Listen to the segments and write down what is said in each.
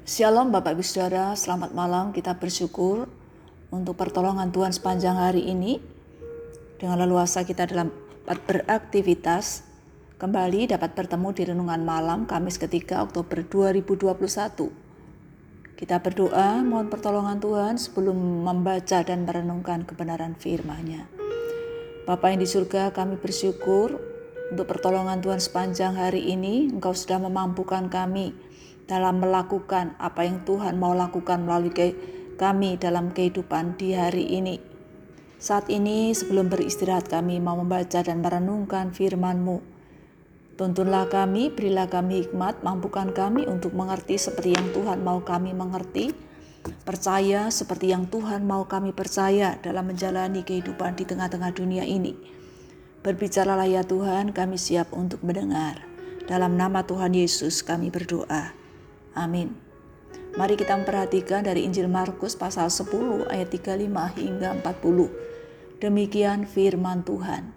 Shalom Bapak Ibu Saudara, selamat malam. Kita bersyukur untuk pertolongan Tuhan sepanjang hari ini. Dengan leluasa kita dalam beraktivitas, kembali dapat bertemu di Renungan Malam Kamis ketiga Oktober 2021. Kita berdoa mohon pertolongan Tuhan sebelum membaca dan merenungkan kebenaran firman-Nya. Bapa yang di surga, kami bersyukur untuk pertolongan Tuhan sepanjang hari ini. Engkau sudah memampukan kami dalam melakukan apa yang Tuhan mau lakukan melalui kami dalam kehidupan di hari ini. Saat ini sebelum beristirahat kami mau membaca dan merenungkan firman-Mu. Tuntunlah kami, berilah kami hikmat, mampukan kami untuk mengerti seperti yang Tuhan mau kami mengerti, percaya seperti yang Tuhan mau kami percaya dalam menjalani kehidupan di tengah-tengah dunia ini. Berbicaralah ya Tuhan, kami siap untuk mendengar. Dalam nama Tuhan Yesus kami berdoa. Amin. Mari kita memperhatikan dari Injil Markus pasal 10 ayat 35 hingga 40. Demikian firman Tuhan.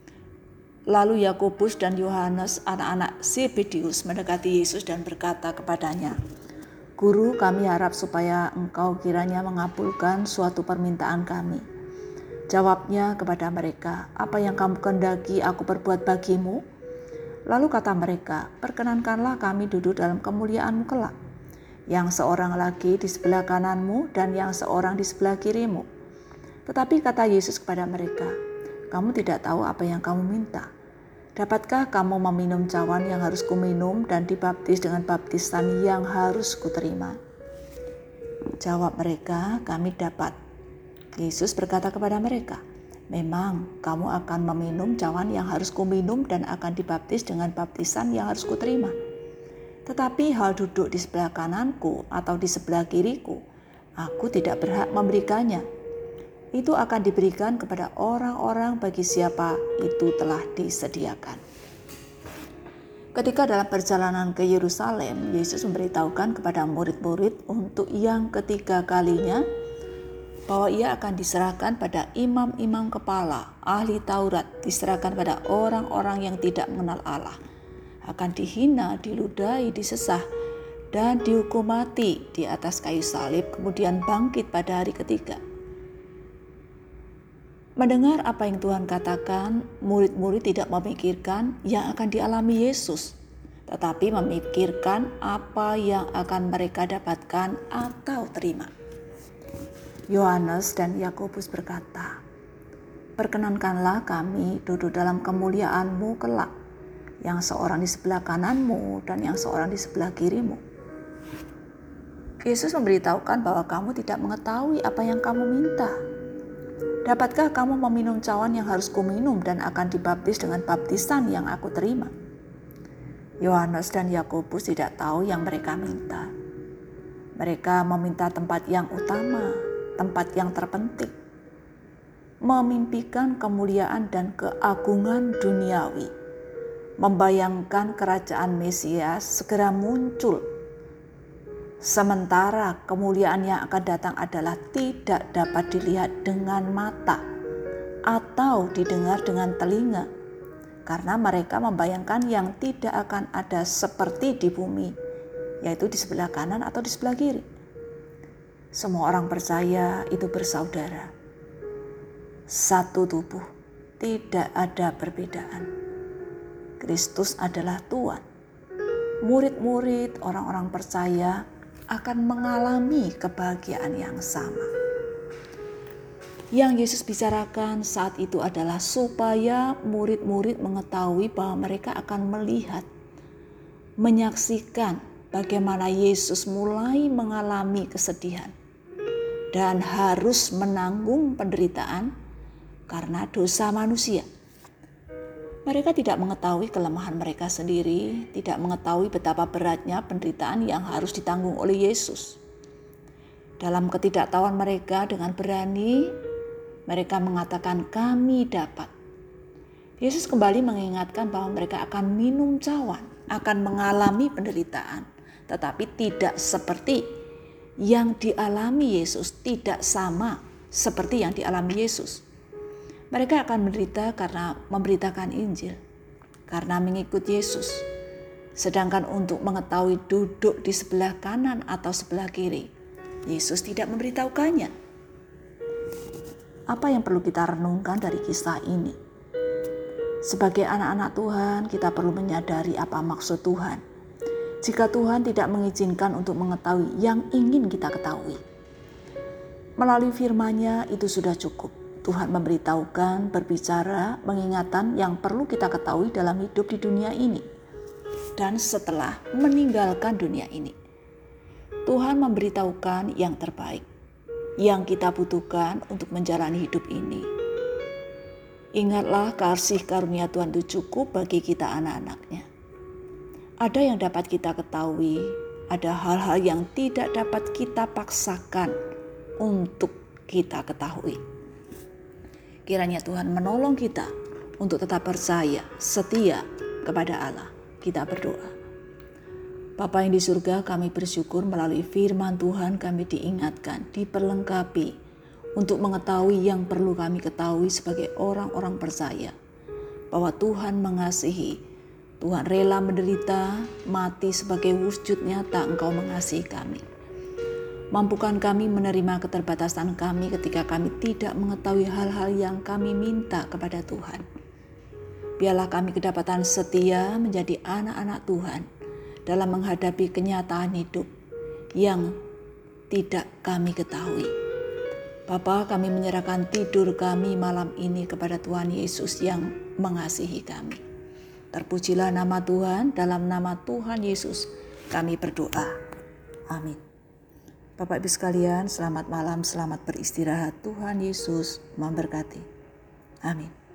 Lalu Yakobus dan Yohanes, anak-anak Zebedeus, mendekati Yesus dan berkata kepadanya, "Guru, kami harap supaya Engkau kiranya mengabulkan suatu permintaan kami." Jawabnya kepada mereka, "Apa yang kamu kehendaki aku perbuat bagimu?" Lalu kata mereka, "Perkenankanlah kami duduk dalam kemuliaan-Mu kelak, yang seorang lagi di sebelah kananmu dan yang seorang di sebelah kirimu." Tetapi kata Yesus kepada mereka, "Kamu tidak tahu apa yang kamu minta. Dapatkah kamu meminum cawan yang harus kuminum dan dibaptis dengan baptisan yang harus kuterima?" Jawab mereka, "Kami dapat." Yesus berkata kepada mereka, "Memang kamu akan meminum cawan yang harus kuminum dan akan dibaptis dengan baptisan yang harus kuterima. Tetapi hal duduk di sebelah kananku atau di sebelah kiriku, aku tidak berhak memberikannya. Itu akan diberikan kepada orang-orang bagi siapa itu telah disediakan." Ketika dalam perjalanan ke Yerusalem, Yesus memberitahukan kepada murid-murid untuk yang ketiga kalinya bahwa ia akan diserahkan pada imam-imam kepala, ahli Taurat, diserahkan pada orang-orang yang tidak mengenal Allah, akan dihina, diludahi, disesah, dan dihukum mati di atas kayu salib, kemudian bangkit pada hari ketiga. Mendengar apa yang Tuhan katakan, murid-murid tidak memikirkan yang akan dialami Yesus, tetapi memikirkan apa yang akan mereka dapatkan atau terima. Yohanes dan Yakobus berkata, "Perkenankanlah kami duduk dalam kemuliaan-Mu kelak, yang seorang di sebelah kananmu dan yang seorang di sebelah kirimu." Yesus memberitahukan bahwa kamu tidak mengetahui apa yang kamu minta. Dapatkah kamu meminum cawan yang harus kuminum dan akan dibaptis dengan baptisan yang aku terima? Yohanes dan Yakobus tidak tahu yang mereka minta. Mereka meminta tempat yang utama, tempat yang terpenting, memimpikan kemuliaan dan keagungan duniawi, membayangkan kerajaan Mesias segera muncul, sementara kemuliaan yang akan datang adalah tidak dapat dilihat dengan mata atau didengar dengan telinga, karena mereka membayangkan yang tidak akan ada seperti di bumi, yaitu di sebelah kanan atau di sebelah kiri. Semua orang percaya itu bersaudara. Satu tubuh, tidak ada perbedaan. Kristus adalah Tuhan. Murid-murid, orang-orang percaya akan mengalami kebahagiaan yang sama. Yang Yesus bicarakan saat itu adalah supaya murid-murid mengetahui bahwa mereka akan melihat, menyaksikan bagaimana Yesus mulai mengalami kesedihan dan harus menanggung penderitaan karena dosa manusia. Mereka tidak mengetahui kelemahan mereka sendiri, tidak mengetahui betapa beratnya penderitaan yang harus ditanggung oleh Yesus. Dalam ketidaktahuan mereka, dengan berani mereka mengatakan, "Kami dapat." Yesus kembali mengingatkan bahwa mereka akan minum cawan, akan mengalami penderitaan, tetapi tidak seperti yang dialami Yesus, tidak sama seperti yang dialami Yesus. Mereka akan menderita karena memberitakan Injil, karena mengikut Yesus. Sedangkan untuk mengetahui duduk di sebelah kanan atau sebelah kiri, Yesus tidak memberitahukannya. Apa yang perlu kita renungkan dari kisah ini? Sebagai anak-anak Tuhan, kita perlu menyadari apa maksud Tuhan. Jika Tuhan tidak mengizinkan untuk mengetahui yang ingin kita ketahui, melalui firman-Nya itu sudah cukup. Tuhan memberitahukan, berbicara, mengingatkan yang perlu kita ketahui dalam hidup di dunia ini. Dan setelah meninggalkan dunia ini, Tuhan memberitahukan yang terbaik, yang kita butuhkan untuk menjalani hidup ini. Ingatlah, kasih karunia Tuhan itu cukup bagi kita anak-anaknya. Ada yang dapat kita ketahui, ada hal-hal yang tidak dapat kita paksakan untuk kita ketahui. Kiranya Tuhan menolong kita untuk tetap percaya, setia kepada Allah. Kita berdoa. Bapa yang di surga, kami bersyukur melalui firman Tuhan kami diingatkan, diperlengkapi untuk mengetahui yang perlu kami ketahui sebagai orang-orang percaya. Bahwa Tuhan mengasihi, Tuhan rela menderita, mati sebagai wujud nyata Engkau mengasihi kami. Mampukan kami menerima keterbatasan kami ketika kami tidak mengetahui hal-hal yang kami minta kepada Tuhan. Biarlah kami kedapatan setia menjadi anak-anak Tuhan dalam menghadapi kenyataan hidup yang tidak kami ketahui. Bapa, kami menyerahkan tidur kami malam ini kepada Tuhan Yesus yang mengasihi kami. Terpujilah nama Tuhan, dalam nama Tuhan Yesus kami berdoa. Amin. Bapak Ibu sekalian, selamat malam, selamat beristirahat. Tuhan Yesus memberkati. Amin.